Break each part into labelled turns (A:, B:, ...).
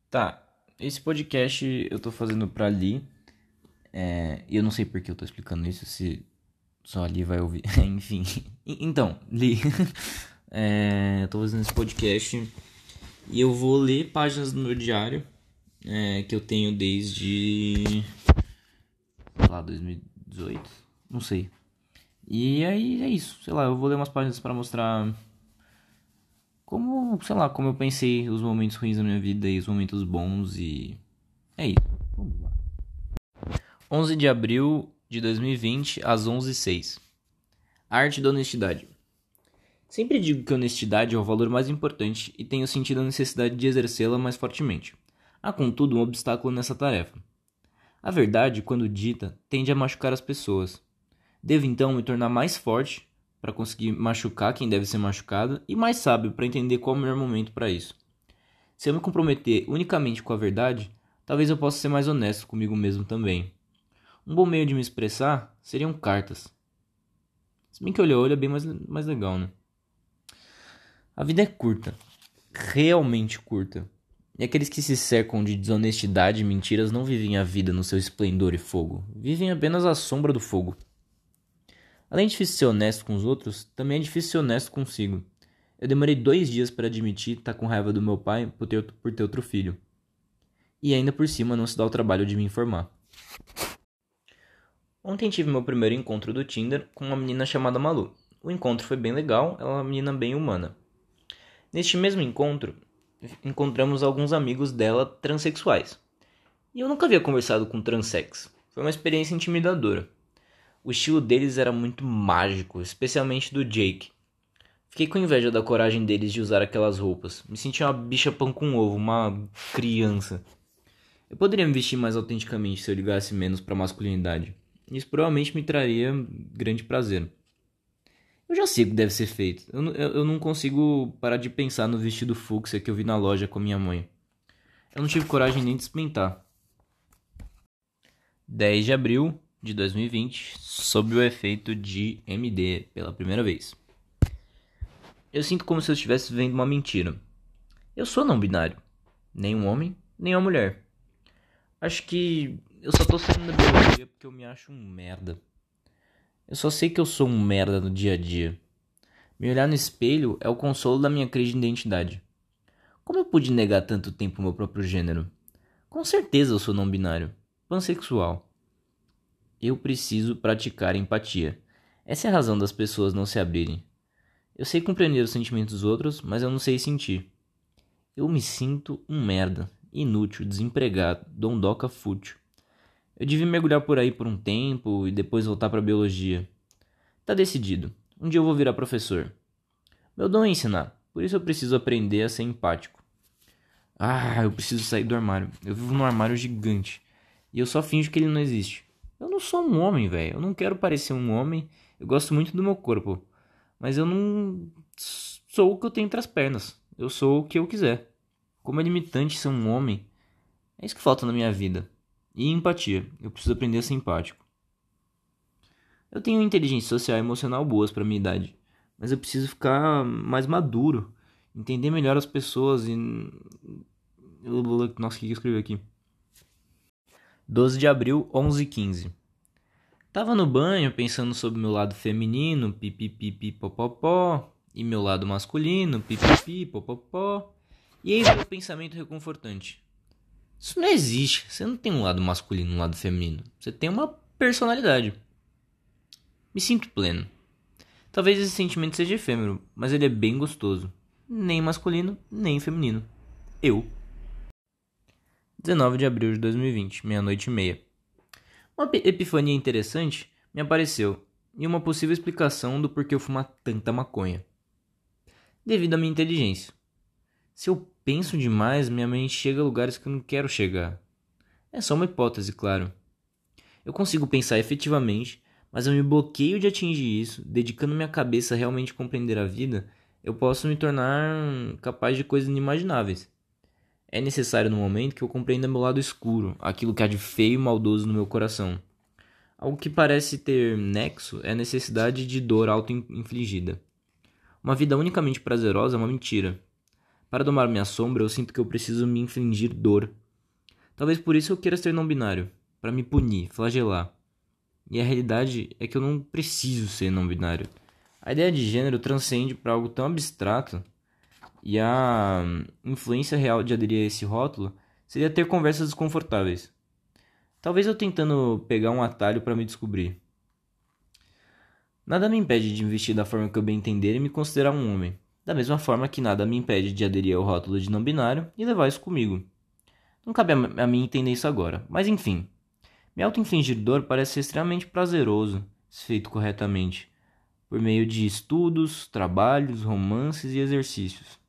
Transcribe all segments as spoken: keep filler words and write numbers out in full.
A: Tá, esse podcast eu tô fazendo pra Li, é, e eu não sei por que eu tô explicando isso, se só a Li vai ouvir, enfim. E- Então, Li, é, eu tô fazendo esse podcast e eu vou ler páginas do meu diário, é, que eu tenho desde, sei lá, dois mil e dezoito, não sei. E aí é isso, sei lá, eu vou ler umas páginas pra mostrar como, sei lá, como eu pensei os momentos ruins da minha vida e os momentos bons e é isso. Vamos lá. onze de abril de dois mil e vinte, às onze e seis. A arte da honestidade. Sempre digo que a honestidade é o valor mais importante e tenho sentido a necessidade de exercê-la mais fortemente. Há, contudo, um obstáculo nessa tarefa. A verdade, quando dita, tende a machucar as pessoas. Devo então me tornar mais forte para conseguir machucar quem deve ser machucado e mais sábio para entender qual é o melhor momento para isso. Se eu me comprometer unicamente com a verdade, talvez eu possa ser mais honesto comigo mesmo também. Um bom meio de me expressar seriam cartas. Se bem que olho a olho é bem mais, mais legal, né? A vida é curta. Realmente curta. E aqueles que se cercam de desonestidade e mentiras não vivem a vida no seu esplendor e fogo. Vivem apenas a sombra do fogo. Além de difícil ser honesto com os outros, também é difícil ser honesto consigo. Eu demorei dois dias para admitir estar com raiva do meu pai por ter, por ter outro filho. E ainda por cima não se dá o trabalho de me informar. Ontem tive meu primeiro encontro do Tinder com uma menina chamada Malu. O encontro foi bem legal, ela é uma menina bem humana. Neste mesmo encontro, encontramos alguns amigos dela transexuais. E eu nunca havia conversado com transex. Foi uma experiência intimidadora. O estilo deles era muito mágico, especialmente do Jake. Fiquei com inveja da coragem deles de usar aquelas roupas. Me sentia uma bicha pão com ovo, uma criança. Eu poderia me vestir mais autenticamente se eu ligasse menos para a masculinidade. Isso provavelmente me traria grande prazer. Eu já sei o que deve ser feito. Eu, não- eu, eu não consigo parar de pensar no vestido fúcsia que eu vi na loja com a minha mãe. Eu não tive coragem nem de experimentar. dez de abril de dois mil e vinte, sob o efeito de M D pela primeira vez. Eu sinto como se eu estivesse vendo uma mentira. Eu sou não binário. Nem um homem, nem uma mulher. Acho que eu só tô saindo da biologia porque eu me acho um merda. Eu só sei que eu sou um merda no dia a dia. Me olhar no espelho é o consolo da minha crise de identidade. Como eu pude negar tanto tempo o meu próprio gênero? Com certeza eu sou não binário, pansexual. Eu preciso praticar empatia. Essa é a razão das pessoas não se abrirem. Eu sei compreender os sentimentos dos outros, mas eu não sei sentir. Eu me sinto um merda, inútil, desempregado, dondoca fútil. Eu devia mergulhar por aí por um tempo e depois voltar pra biologia. Tá decidido. Um dia eu vou virar professor. Meu dom é ensinar, por isso eu preciso aprender a ser empático. Ah, eu preciso sair do armário. Eu vivo num armário gigante. E eu só finjo que ele não existe. Eu não sou um homem, velho. Eu não quero parecer um homem. Eu gosto muito do meu corpo. Mas eu não sou o que eu tenho entre as pernas. Eu sou o que eu quiser. Como é limitante ser um homem. É isso que falta na minha vida. E empatia. Eu preciso aprender a ser empático. Eu tenho inteligência social e emocional boas pra minha idade. Mas eu preciso ficar mais maduro. Entender melhor as pessoas e nossa, o que eu escrevi aqui? doze de abril, onze e quinze. Tava no banho pensando sobre meu lado feminino, pipipipi popopó, e meu lado masculino, pipipi popopó. E aí veio o pensamento reconfortante. Isso não existe. Você não tem um lado masculino e um lado feminino. Você tem uma personalidade. Me sinto pleno. Talvez esse sentimento seja efêmero, mas ele é bem gostoso. Nem masculino, nem feminino. Eu. dezenove de abril de dois mil e vinte, meia-noite e meia. Uma epifania interessante me apareceu, e uma possível explicação do porquê eu fumo tanta maconha. Devido à minha inteligência. Se eu penso demais, minha mente chega a lugares que eu não quero chegar. É só uma hipótese, claro. Eu consigo pensar efetivamente, mas eu me bloqueio de atingir isso, dedicando minha cabeça a realmente compreender a vida, eu posso me tornar capaz de coisas inimagináveis. É necessário no momento que eu compreenda meu lado escuro, aquilo que há de feio e maldoso no meu coração. Algo que parece ter nexo é a necessidade de dor auto-infligida. Uma vida unicamente prazerosa é uma mentira. Para domar minha sombra, eu sinto que eu preciso me infligir dor. Talvez por isso eu queira ser não binário, para me punir, flagelar. E a realidade é que eu não preciso ser não binário. A ideia de gênero transcende para algo tão abstrato, e a influência real de aderir a esse rótulo seria ter conversas desconfortáveis. Talvez eu tentando pegar um atalho para me descobrir. Nada me impede de investir da forma que eu bem entender e me considerar um homem. Da mesma forma que nada me impede de aderir ao rótulo de não binário e levar isso comigo. Não cabe a mim entender isso agora, mas enfim. Me auto-infligir dor parece ser extremamente prazeroso, se feito corretamente, por meio de estudos, trabalhos, romances e exercícios.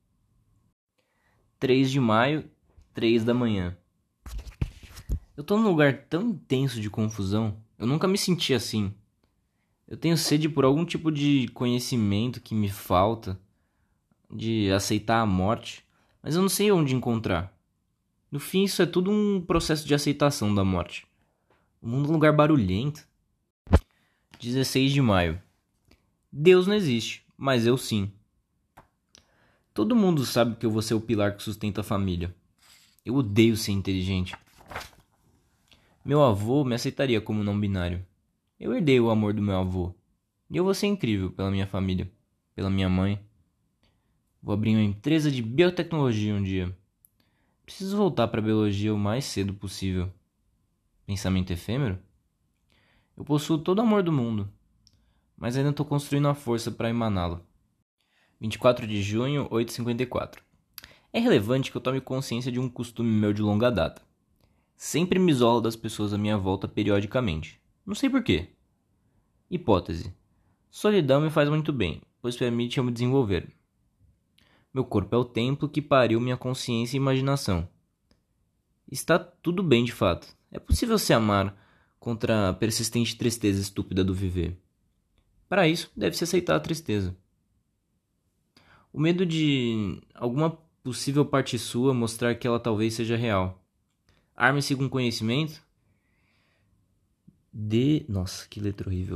A: três de maio, três da manhã. Eu tô num lugar tão intenso de confusão, eu nunca me senti assim. Eu tenho sede por algum tipo de conhecimento que me falta, de aceitar a morte, mas eu não sei onde encontrar. No fim, isso é tudo um processo de aceitação da morte. O mundo é um lugar barulhento. dezesseis de maio. Deus não existe, mas eu sim. Todo mundo sabe que eu vou ser o pilar que sustenta a família. Eu odeio ser inteligente. Meu avô me aceitaria como não binário. Eu herdei o amor do meu avô. E eu vou ser incrível pela minha família, pela minha mãe. Vou abrir uma empresa de biotecnologia um dia. Preciso voltar para a biologia o mais cedo possível. Pensamento efêmero? Eu possuo todo o amor do mundo, mas ainda estou construindo a força para emaná-lo. vinte e quatro de junho, oito e cinquenta e quatro. É relevante que eu tome consciência de um costume meu de longa data. Sempre me isolo das pessoas à minha volta periodicamente. Não sei porquê. Hipótese. Solidão me faz muito bem, pois permite eu me desenvolver. Meu corpo é o templo que pariu minha consciência e imaginação. Está tudo bem de fato. É possível se amar contra a persistente tristeza estúpida do viver. Para isso, deve-se aceitar a tristeza. O medo de alguma possível parte sua mostrar que ela talvez seja real. Arme-se com conhecimento. De... Nossa, que letra horrível.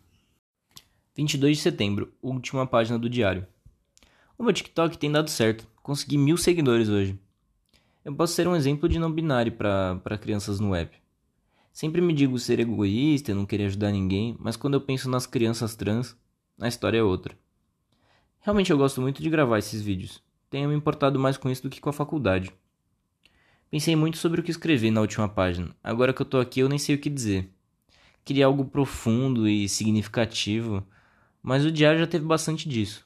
A: vinte e dois de setembro, última página do diário. O meu TikTok tem dado certo. Consegui mil seguidores hoje. Eu posso ser um exemplo de não binário para crianças no web. Sempre me digo ser egoísta e não querer ajudar ninguém, mas quando eu penso nas crianças trans, a história é outra. Realmente eu gosto muito de gravar esses vídeos. Tenho me importado mais com isso do que com a faculdade. Pensei muito sobre o que escrever na última página. Agora que eu tô aqui eu nem sei o que dizer. Queria algo profundo e significativo, mas o diário já teve bastante disso.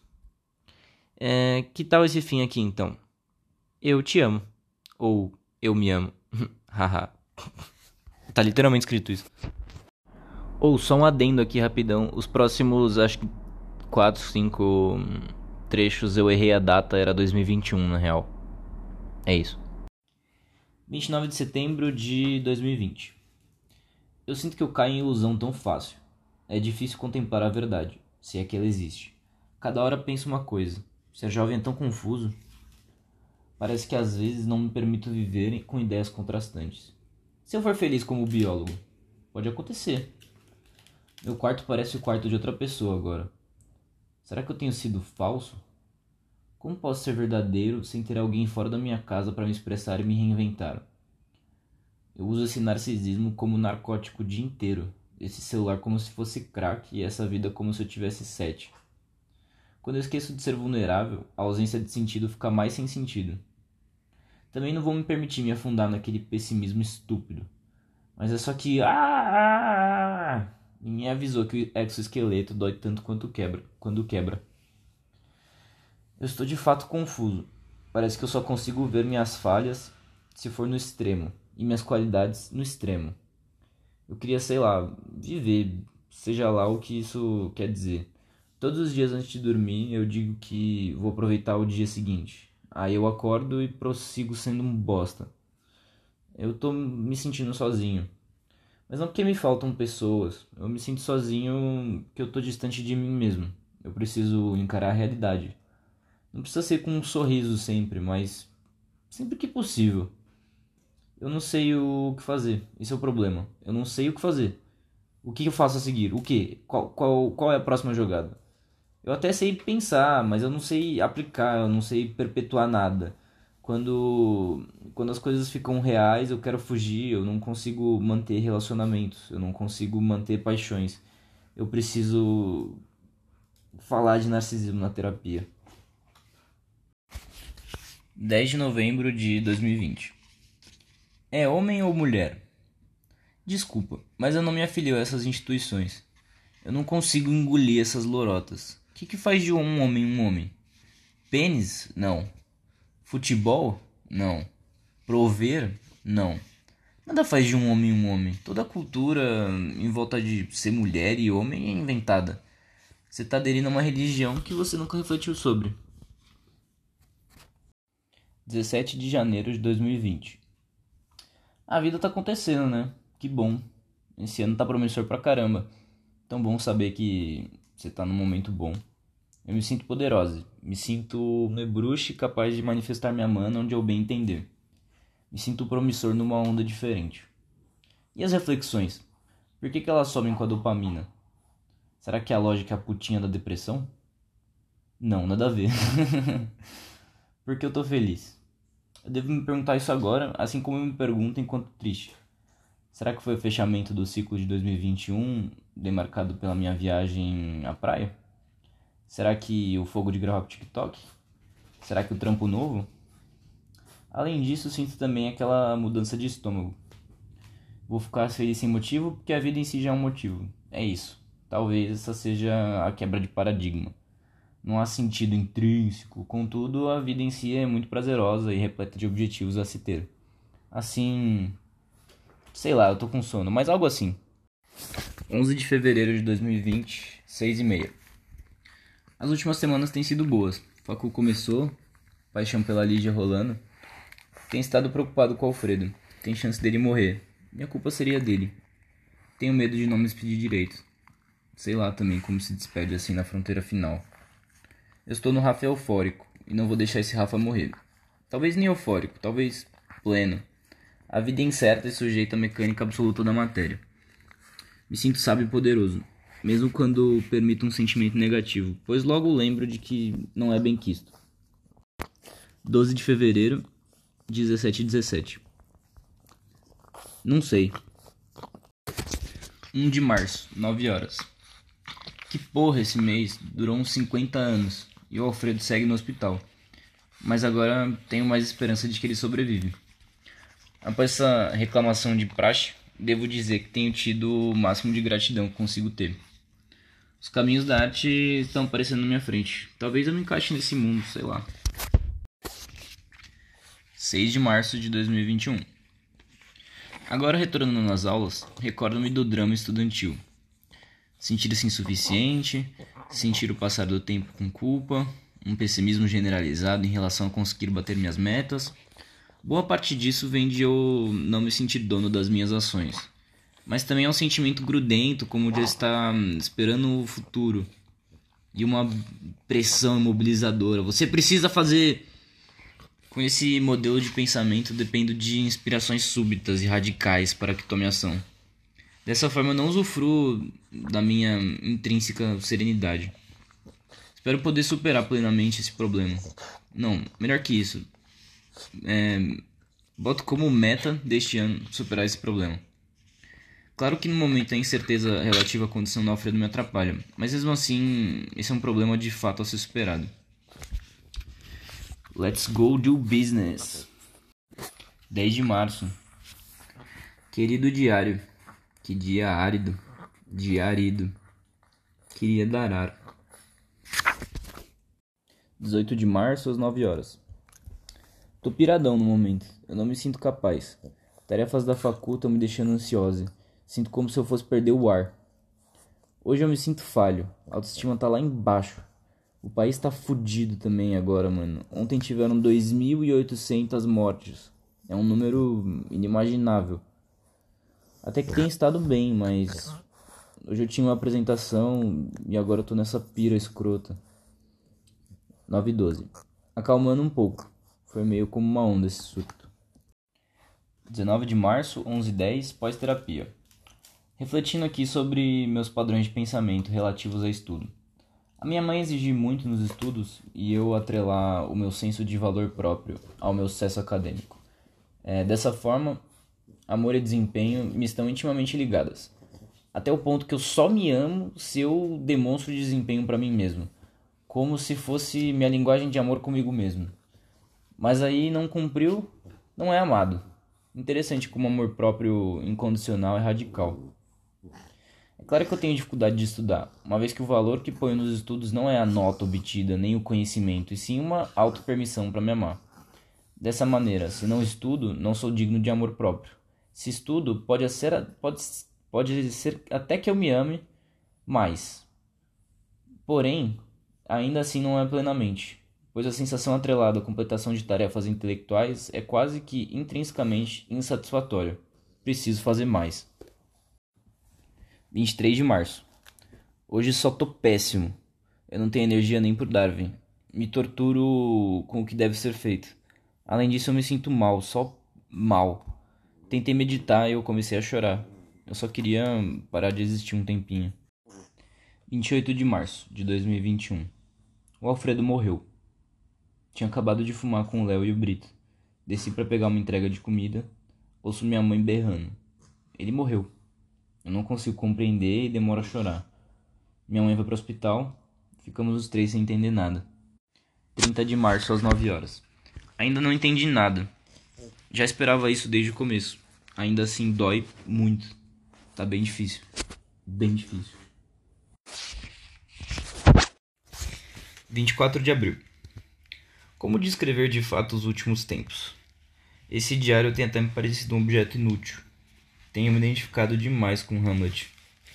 A: É, que tal esse fim aqui então? Eu te amo. Ou eu me amo. Haha. Tá literalmente escrito isso. Ou só um adendo aqui rapidão. Os próximos, acho que quatro, cinco trechos eu errei a data, era dois mil e vinte e um na real. É isso. vinte e nove de setembro de dois mil e vinte. Eu sinto que eu caio em ilusão tão fácil. É difícil contemplar a verdade, se é que ela existe. Cada hora penso uma coisa. Ser jovem é tão confuso. Parece que às vezes não me permito viver com ideias contrastantes. Se eu for feliz como biólogo, pode acontecer. Meu quarto parece o quarto de outra pessoa agora. Será que eu tenho sido falso? Como posso ser verdadeiro sem ter alguém fora da minha casa para me expressar e me reinventar? Eu uso esse narcisismo como narcótico o dia inteiro. Esse celular como se fosse crack e essa vida como se eu tivesse sete. Quando eu esqueço de ser vulnerável, a ausência de sentido fica mais sem sentido. Também não vou me permitir me afundar naquele pessimismo estúpido. Mas é só que... Ah! Ninguém avisou que o exoesqueleto dói tanto quanto quebra, quando quebra. Eu estou de fato confuso. Parece que eu só consigo ver minhas falhas se for no extremo. E minhas qualidades no extremo. Eu queria, sei lá, viver, seja lá o que isso quer dizer. Todos os dias antes de dormir eu digo que vou aproveitar o dia seguinte. Aí eu acordo e prossigo sendo um bosta. Eu tô me sentindo sozinho. Mas não porque me faltam pessoas. Eu me sinto sozinho porque eu tô distante de mim mesmo. Eu preciso encarar a realidade. Não precisa ser com um sorriso sempre, mas sempre que possível. Eu não sei o que fazer. Esse é o problema. Eu não sei o que fazer. O que eu faço a seguir? O que? Qual, qual, qual é a próxima jogada? Eu até sei pensar, mas eu não sei aplicar, eu não sei perpetuar nada. Quando, quando as coisas ficam reais, eu quero fugir, eu não consigo manter relacionamentos, eu não consigo manter paixões. Eu preciso falar de narcisismo na terapia. dez de novembro de dois mil e vinte. É homem ou mulher? Desculpa, mas eu não me afilio a essas instituições. Eu não consigo engolir essas lorotas. O que, que faz de um homem um homem? Pênis? Não. Futebol? Não. Prover? Não. Nada faz de um homem um homem. Toda a cultura em volta de ser mulher e homem é inventada. Você está aderindo a uma religião que você nunca refletiu sobre. dezessete de janeiro de dois mil e vinte. A vida tá acontecendo, né? Que bom. Esse ano tá promissor pra caramba. Tão bom saber que você tá num momento bom. Eu me sinto poderosa. Me sinto nebruxe capaz de manifestar minha mana onde eu bem entender. Me sinto promissor numa onda diferente. E as reflexões? Por que, que elas sobem com a dopamina? Será que a lógica é a putinha da depressão? Não, nada a ver. Porque eu tô feliz. Eu devo me perguntar isso agora, assim como eu me pergunto enquanto triste. Será que foi o fechamento do ciclo de dois mil e vinte e um, demarcado pela minha viagem à praia? Será que o fogo de gravar pro TikTok? Será que o trampo novo? Além disso, sinto também aquela mudança de estômago. Vou ficar feliz sem motivo porque a vida em si já é um motivo. É isso. Talvez essa seja a quebra de paradigma. Não há sentido intrínseco, contudo, a vida em si é muito prazerosa e repleta de objetivos a se ter. Assim, sei lá, eu tô com sono, mas algo assim. onze de fevereiro de dois mil e vinte, seis e meia. As últimas semanas têm sido boas. Facu começou, paixão pela Lígia rolando. Tenho estado preocupado com o Alfredo. Tem chance dele morrer. Minha culpa seria dele. Tenho medo de não me despedir direito. Sei lá também como se despede assim na fronteira final. Eu estou no Rafa eufórico e não vou deixar esse Rafa morrer. Talvez nem eufórico, talvez pleno. A vida é incerta e sujeita à mecânica absoluta da matéria. Me sinto sábio e poderoso, mesmo quando permito um sentimento negativo, pois logo lembro de que não é bem quisto. doze de fevereiro, dezessete e dezessete. Não sei. um de março, nove horas. Que porra, esse mês durou uns cinquenta anos e o Alfredo segue no hospital. Mas agora tenho mais esperança de que ele sobrevive. Após essa reclamação de praxe, devo dizer que tenho tido o máximo de gratidão que consigo ter. Os caminhos da arte estão aparecendo na minha frente. Talvez eu me encaixe nesse mundo, sei lá. seis de março de dois mil e vinte e um. Agora retornando nas aulas, recordo-me do drama estudantil. Sentir-se insuficiente, sentir o passar do tempo com culpa, um pessimismo generalizado em relação a conseguir bater minhas metas. Boa parte disso vem de eu não me sentir dono das minhas ações. Mas também é um sentimento grudento, como de eu estar esperando o futuro. E uma pressão imobilizadora. Você precisa fazer... Com esse modelo de pensamento, dependo de inspirações súbitas e radicais para que tome ação. Dessa forma, eu não usufruo da minha intrínseca serenidade. Espero poder superar plenamente esse problema. Não, melhor que isso. É, boto como meta deste ano superar esse problema. Claro que no momento a incerteza relativa à condição do Alfredo me atrapalha, mas mesmo assim, esse é um problema de fato a ser superado. Let's go do business. dez de março. Querido diário, que dia árido, dia árido, queria dar ar. dezoito de março às nove horas. Tô piradão no momento, eu não me sinto capaz. Tarefas da facu estão me deixando ansiosa. Sinto como se eu fosse perder o ar. Hoje eu me sinto falho, a autoestima tá lá embaixo. O país tá fudido também agora, mano. Ontem tiveram dois mil e oitocentas mortes. É um número inimaginável. Até que tem estado bem, mas... Hoje eu tinha uma apresentação e agora eu tô nessa pira escrota. nove e doze. Acalmando um pouco. Foi meio como uma onda esse surto. dezenove de março, onze e dez, pós-terapia. Refletindo aqui sobre meus padrões de pensamento relativos a estudo. A minha mãe exigir muito nos estudos e eu atrelar o meu senso de valor próprio ao meu sucesso acadêmico. É, dessa forma, amor e desempenho me estão intimamente ligadas, até o ponto que eu só me amo se eu demonstro desempenho para mim mesmo, como se fosse minha linguagem de amor comigo mesmo. Mas aí não cumpriu, não é amado. Interessante como o amor próprio incondicional é radical. É claro que eu tenho dificuldade de estudar, uma vez que o valor que ponho nos estudos não é a nota obtida, nem o conhecimento, e sim uma autopermissão para me amar. Dessa maneira, se não estudo, não sou digno de amor próprio. Se estudo, pode ser, pode, pode ser até que eu me ame mais. Porém, ainda assim não é plenamente, pois a sensação atrelada à completação de tarefas intelectuais é quase que intrinsecamente insatisfatória. Preciso fazer mais. vinte e três de março. Hoje só tô péssimo. Eu não tenho energia nem por Darwin. Me torturo com o que deve ser feito. Além disso, eu me sinto mal, só mal. Tentei meditar e eu comecei a chorar. Eu só queria parar de existir um tempinho. vinte e oito de março de dois mil e vinte e um. O Alfredo morreu. Tinha acabado de fumar com o Léo e o Brito. Desci para pegar uma entrega de comida. Ouço minha mãe berrando. Ele morreu. Eu não consigo compreender e demoro a chorar. Minha mãe vai para o hospital. Ficamos os três sem entender nada. trinta de março às nove horas. Ainda não entendi nada. Já esperava isso desde o começo. Ainda assim dói muito. Tá bem difícil. Bem difícil. vinte e quatro de abril. Como descrever de fato os últimos tempos? Esse diário tem até me parecido um objeto inútil. Tenho me identificado demais com Hamlet.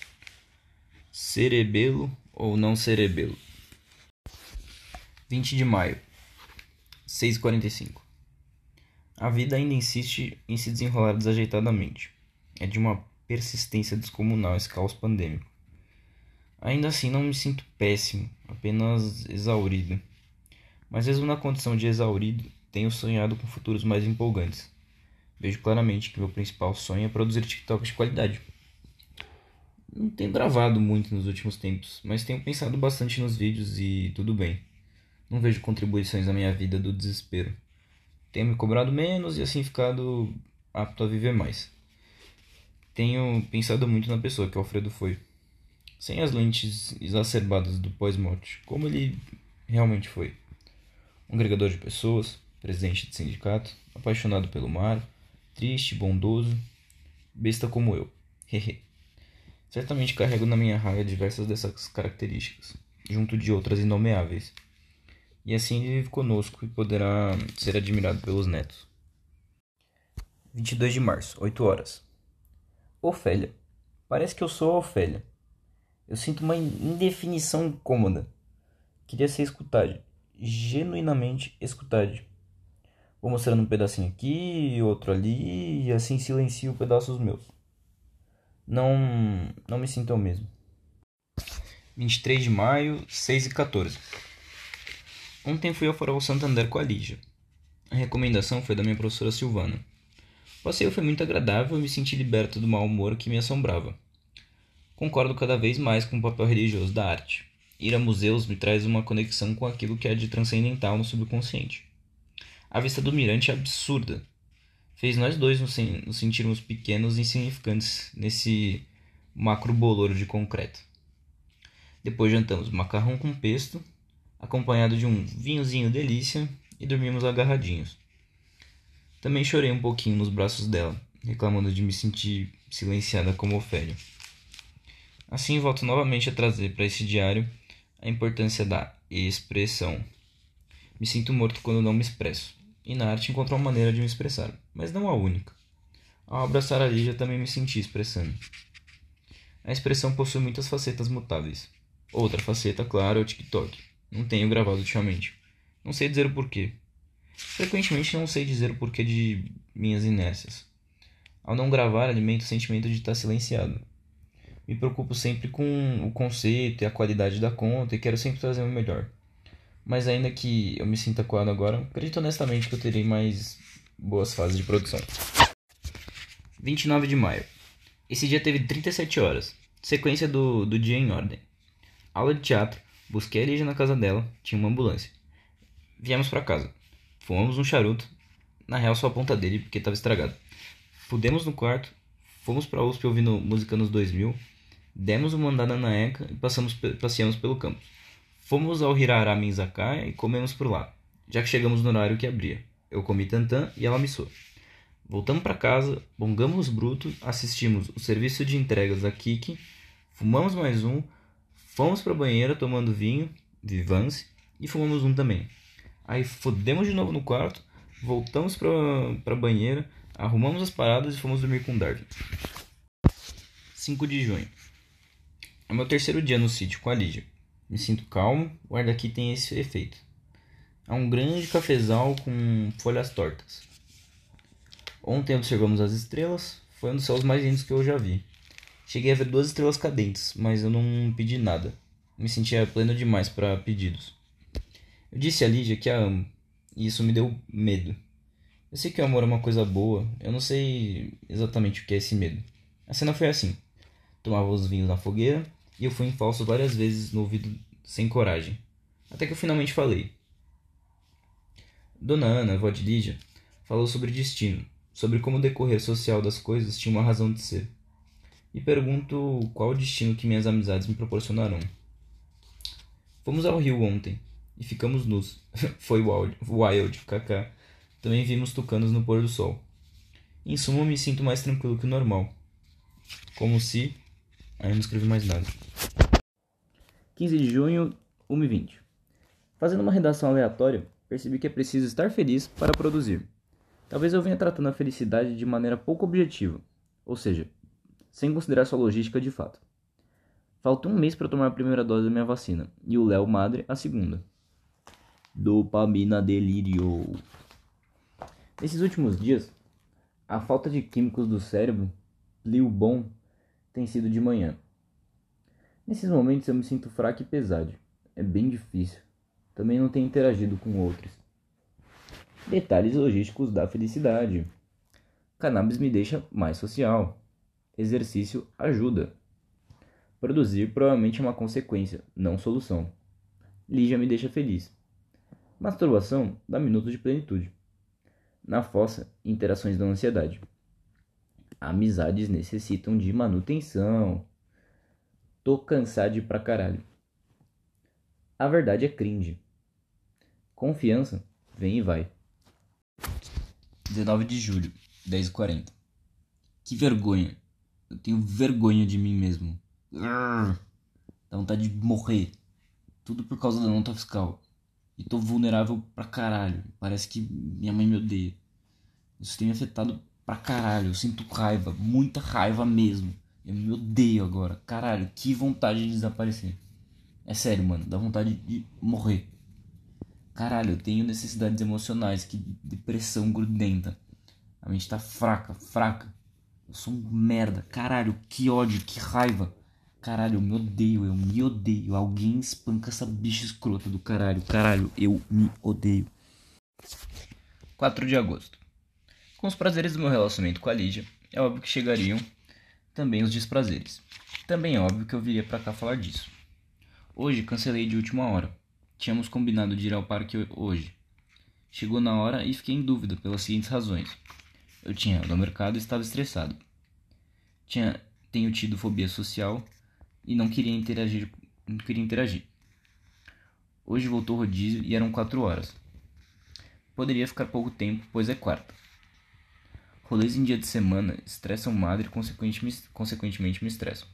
A: Cerebelo ou não cerebelo? vinte de maio, seis e quarenta e cinco. A vida ainda insiste em se desenrolar desajeitadamente. É de uma persistência descomunal esse caos pandêmico. Ainda assim não me sinto péssimo, apenas exaurido. Mas mesmo na condição de exaurido, tenho sonhado com futuros mais empolgantes. Vejo claramente que meu principal sonho é produzir TikToks de qualidade. Não tenho gravado muito nos últimos tempos, mas tenho pensado bastante nos vídeos e tudo bem. Não vejo contribuições na minha vida do desespero. Tenho me cobrado menos e assim ficado apto a viver mais. Tenho pensado muito na pessoa que o Alfredo foi. Sem as lentes exacerbadas do pós-morte, como ele realmente foi. Um agregador de pessoas, presidente de sindicato, apaixonado pelo mar, triste, bondoso, besta como eu. Hehe. Certamente carrego na minha raia diversas dessas características, junto de outras inomeáveis. E assim ele vive conosco e poderá ser admirado pelos netos. vinte e dois de março, oito horas. Ofélia. Parece que eu sou a Ofélia. Eu sinto uma indefinição incômoda. Queria ser escutado. Genuinamente escutado. Vou mostrando um pedacinho aqui, outro ali, e assim silencio pedaços meus. Não, não me sinto eu mesmo. vinte e três de maio, seis e quatorze. Ontem fui ao Farol Santander com a Lígia. A recomendação foi da minha professora Silvana. O passeio foi muito agradável e me senti liberto do mau humor que me assombrava. Concordo cada vez mais com o papel religioso da arte. Ir a museus me traz uma conexão com aquilo que é de transcendental no subconsciente. A vista do mirante é absurda. Fez nós dois nos sentirmos pequenos e insignificantes nesse macro bolor de concreto. Depois jantamos macarrão com pesto, acompanhado de um vinhozinho delícia, e dormimos agarradinhos. Também chorei um pouquinho nos braços dela, reclamando de me sentir silenciada como Ofélia. Assim volto novamente a trazer para esse diário a importância da expressão. Me sinto morto quando não me expresso, e na arte encontro uma maneira de me expressar, mas não a única. Ao abraçar a Lígia também me senti expressando. A expressão possui muitas facetas mutáveis. Outra faceta, claro, é o TikTok. Não tenho gravado ultimamente. Não sei dizer o porquê. Frequentemente não sei dizer o porquê de minhas inércias. Ao não gravar, alimento o sentimento de estar silenciado. Me preocupo sempre com o conceito e a qualidade da conta e quero sempre trazer o melhor. Mas ainda que eu me sinta coado agora, acredito honestamente que eu terei mais boas fases de produção. vinte e nove de maio. Esse dia teve trinta e sete horas. Sequência do, do dia em ordem. Aula de teatro, Busquei a Lígia na casa dela, tinha uma ambulância. Viemos pra casa. Fumamos um charuto, na real só a ponta dele porque tava estragado. Fudemos no quarto, fomos pra U S P ouvindo música nos dois mil, demos uma andada na ECA e passamos, passeamos pelo campus. Fomos ao Hirará Mizakaya e comemos por lá, já que chegamos no horário que abria. Eu comi tantã e ela missou. Voltamos pra casa, bongamos bruto, assistimos o serviço de entregas da Kiki, fumamos mais um, fomos pra banheira tomando vinho, Vivance, e fumamos um também. Aí fodemos de novo no quarto, voltamos pra, pra banheira, arrumamos as paradas e fomos dormir com o Darwin. cinco de junho. É meu terceiro dia no sítio com a Lígia. Me sinto calmo, o ar daqui tem esse efeito. É um grande cafezal com folhas tortas. Ontem observamos as estrelas, foi um dos céus mais lindos que eu já vi. Cheguei a ver duas estrelas cadentes, mas eu não pedi nada. Me sentia pleno demais para pedidos. Eu disse a Lígia que a amo, e isso me deu medo. Eu sei que o amor é uma coisa boa, eu não sei exatamente o que é esse medo. A cena foi assim. Tomava os vinhos na fogueira, e eu fui em falso várias vezes no ouvido sem coragem. Até que eu finalmente falei. Dona Ana, avó de Lígia, falou sobre destino, sobre como o decorrer social das coisas tinha uma razão de ser. E pergunto qual o destino que minhas amizades me proporcionarão. Fomos ao rio ontem, e ficamos nus. Foi wild, wild, kaká. Também vimos tucanos no pôr do sol. Em suma, me sinto mais tranquilo que o normal. Como se... Aí eu não escrevi mais nada. quinze de junho, uma e vinte. Fazendo uma redação aleatória, percebi que é preciso estar feliz para produzir. Talvez eu venha tratando a felicidade de maneira pouco objetiva, ou seja, sem considerar sua logística de fato. Falta um mês para tomar a primeira dose da minha vacina, e o Léo Madre a segunda. Dopamina delírio. Nesses últimos dias, a falta de químicos do cérebro, Plio bom, tem sido de manhã. Nesses momentos eu me sinto fraco e pesado. É bem difícil. Também não tenho interagido com outros. Detalhes logísticos da felicidade. Cannabis me deixa mais social. Exercício ajuda. Produzir provavelmente é uma consequência, não solução. Lígia me deixa feliz. Masturbação dá minutos de plenitude. Na fossa, interações da ansiedade. Amizades necessitam de manutenção. Tô cansado de pra caralho. A verdade é cringe. Confiança vem e vai. dezenove de julho, dez e quarenta. Que vergonha. Eu tenho vergonha de mim mesmo. Urgh. Dá vontade de morrer. Tudo por causa da nota fiscal. E tô vulnerável pra caralho. Parece que minha mãe me odeia. Isso tem me afetado pra caralho. Eu sinto raiva, muita raiva mesmo. Eu me odeio agora. Caralho, que vontade de desaparecer. É sério, mano. Dá vontade de morrer. Caralho, eu tenho necessidades emocionais. Que depressão grudenta. A mente tá fraca, fraca. Eu sou um merda. Caralho, que ódio, que raiva. Caralho, eu me odeio, eu me odeio. Alguém espanca essa bicha escrota do caralho. Caralho, eu me odeio. quatro de agosto. Com os prazeres do meu relacionamento com a Lígia, é óbvio que chegariam também os desprazeres. Também é óbvio que eu viria pra cá falar disso. Hoje cancelei de última hora. Tínhamos combinado de ir ao parque hoje. Chegou na hora e fiquei em dúvida pelas seguintes razões. Eu tinha ido ao mercado e estava estressado. Tinha, tenho tido fobia social e não queria interagir. Não queria interagir. Hoje voltou o rodízio e eram quatro horas. Poderia ficar pouco tempo, pois é quarta. Rolês em dia de semana estressam madre e consequentemente, consequentemente me estressam.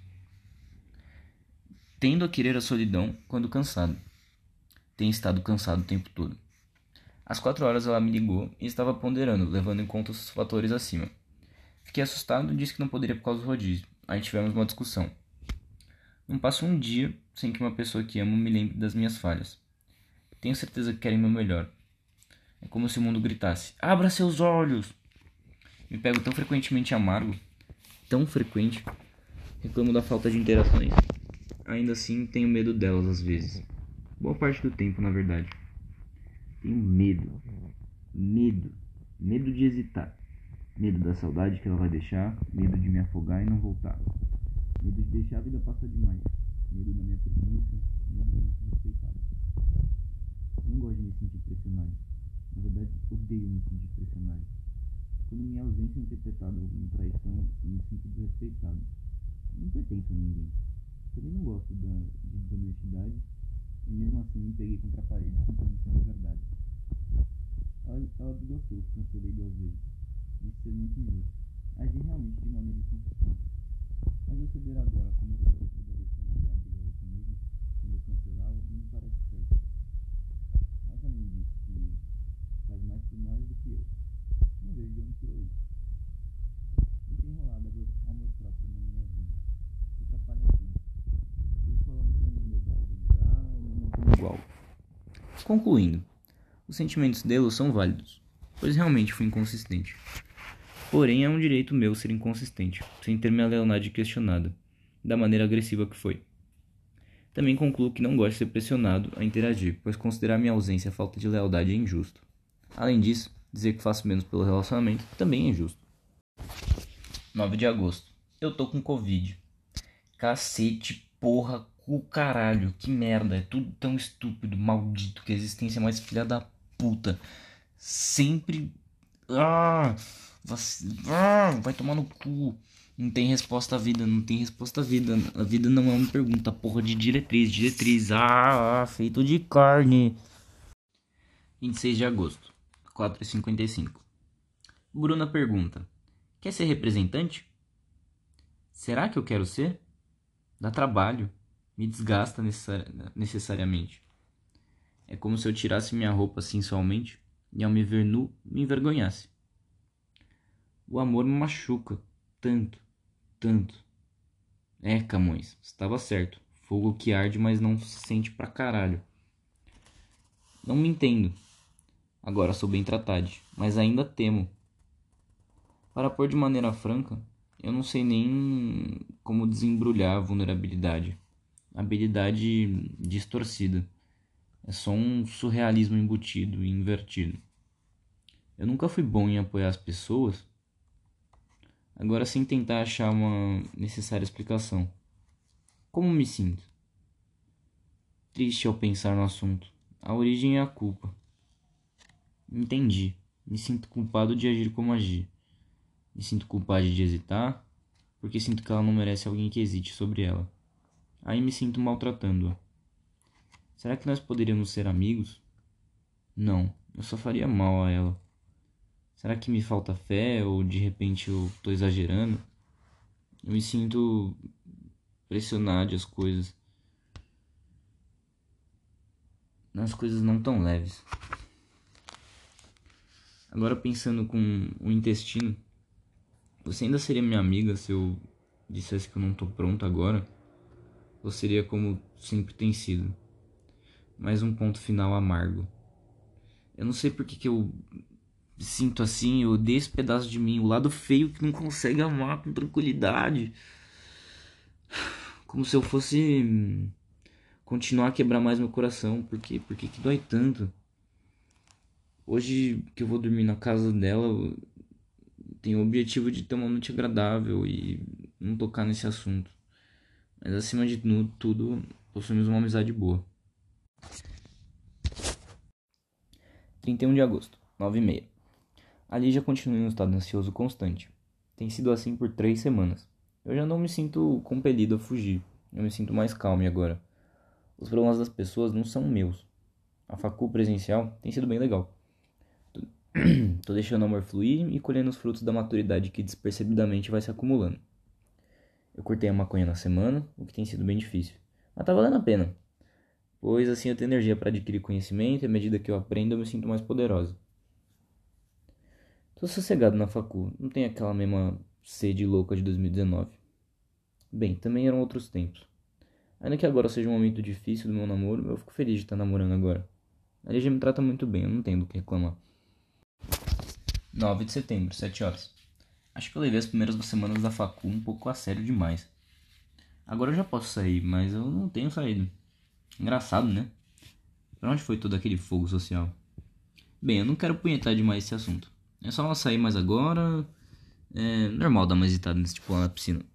A: Tendo a querer a solidão quando cansado. Tenho estado cansado o tempo todo. Às quatro horas ela me ligou e estava ponderando, levando em conta os fatores acima. Fiquei assustado e disse que não poderia por causa do rodízio. Aí tivemos uma discussão. Não passo um dia sem que uma pessoa que amo me lembre das minhas falhas. Tenho certeza que querem meu melhor. É como se o mundo gritasse: abra seus olhos! Me pego tão frequentemente amargo, tão frequente, reclamo da falta de interações. Ainda assim, tenho medo delas às vezes. Boa parte do tempo, na verdade. Tenho medo. Medo. Medo de hesitar. Medo da saudade que ela vai deixar. Medo de me afogar e não voltar. Medo de deixar a vida passar demais. Medo da minha preguiça. e deveriam ser respeitadas. Eu não gosto de me sentir pressionado. Na verdade, odeio me sentir pressionado. Quando minha ausência é interpretada como traição, eu me sinto desrespeitado. Eu não pertenço a ninguém. Também não gosto da, de desonestidade e mesmo assim me peguei contra a parede, contando sem verdade. Ela, ela desgostou, cancelei duas vezes. Disse ser muito injusto. Agi realmente de maneira inconsistente. Mas eu ceder agora, como eu fazia toda vez que a Maria brigava comigo, quando eu cancelava, não me parece certo. Ela também disse que faz mais por nós do que eu. Não vejo de onde tirou isso. Eu tenho enrolado amor próprio na minha vida. Isso atrapalha tudo. Eu falando pra mim mesmo que vou mudar e não mantenho igual. Concluindo, os sentimentos dele são válidos, pois realmente fui inconsistente. Porém, é um direito meu ser inconsistente, sem ter minha lealdade questionada, da maneira agressiva que foi. Também concluo que não gosto de ser pressionado a interagir, pois considerar minha ausência falta de lealdade é injusto. Além disso, dizer que faço menos pelo relacionamento também é injusto. nove de agosto. Eu tô com Covid. Cacete, porra, cu caralho, que merda. É tudo tão estúpido, maldito, que a existência é mais filha da puta. Sempre... Ah, ah, vai tomar no cu. Não tem resposta à vida, não tem resposta à vida. A vida não é uma pergunta, porra de diretriz, diretriz. Ah, feito de carne. vinte e seis de agosto, quatro e cinquenta e cinco. Bruna pergunta: quer ser representante? Será que eu quero ser? Dá trabalho, me desgasta necessariamente. É como se eu tirasse minha roupa sensualmente e ao me ver nu, me envergonhasse. O amor me machuca, tanto, tanto. É, Camões, estava certo. Fogo que arde, mas não se sente pra caralho. Não me entendo. Agora sou bem tratado, mas ainda temo. Para pôr de maneira franca, eu não sei nem como desembrulhar a vulnerabilidade. Habilidade distorcida. É só um surrealismo embutido e invertido. Eu nunca fui bom em apoiar as pessoas. Agora, sem tentar achar uma necessária explicação. Como me sinto? Triste ao pensar no assunto. A origem é a culpa. Entendi. Me sinto culpado de agir como agi. Me sinto culpado de hesitar, porque sinto que ela não merece alguém que hesite sobre ela. Aí me sinto maltratando-a. Será que nós poderíamos ser amigos? Não, eu só faria mal a ela. Será que me falta fé ou de repente eu tô exagerando? Eu me sinto pressionado as coisas. Nas coisas não tão leves. Agora pensando com o intestino, você ainda seria minha amiga se eu dissesse que eu não tô pronto agora? Ou seria como sempre tem sido? Mais um ponto final amargo. Eu não sei porque que eu me sinto assim, eu odeio esse pedaço de mim, o lado feio que não consegue amar com tranquilidade. Como se eu fosse continuar a quebrar mais meu coração. Por quê? Por que que dói tanto? Hoje que eu vou dormir na casa dela, eu tenho o objetivo de ter uma noite agradável e não tocar nesse assunto. Mas acima de tudo, possuímos uma amizade boa. trinta e um de agosto, nove e meia. A Lígia continua em um estado ansioso constante. Tem sido assim por três semanas. Eu já não me sinto compelido a fugir. Eu me sinto mais calmo agora. Os problemas das pessoas não são meus. A facul presencial tem sido bem legal. Tô deixando o amor fluir e colhendo os frutos da maturidade que despercebidamente vai se acumulando. Eu cortei a maconha na semana, o que tem sido bem difícil. Mas tá valendo a pena. Pois assim eu tenho energia para adquirir conhecimento e à medida que eu aprendo eu me sinto mais poderosa. Tô sossegado na facul, não tenho aquela mesma sede louca de dois mil e dezenove. Bem, também eram outros tempos. Ainda que agora seja um momento difícil do meu namoro, eu fico feliz de estar namorando agora. A Lígia me trata muito bem, eu não tenho do que reclamar. nove de setembro, sete horas. Acho que eu levei as primeiras duas semanas da facul um pouco a sério demais. Agora eu já posso sair, mas eu não tenho saído. Engraçado, né? Pra onde foi todo aquele fogo social? Bem, eu não quero punhetar demais esse assunto. É só não sair mais agora. É normal dar uma hesitada nesse tipo lá na piscina.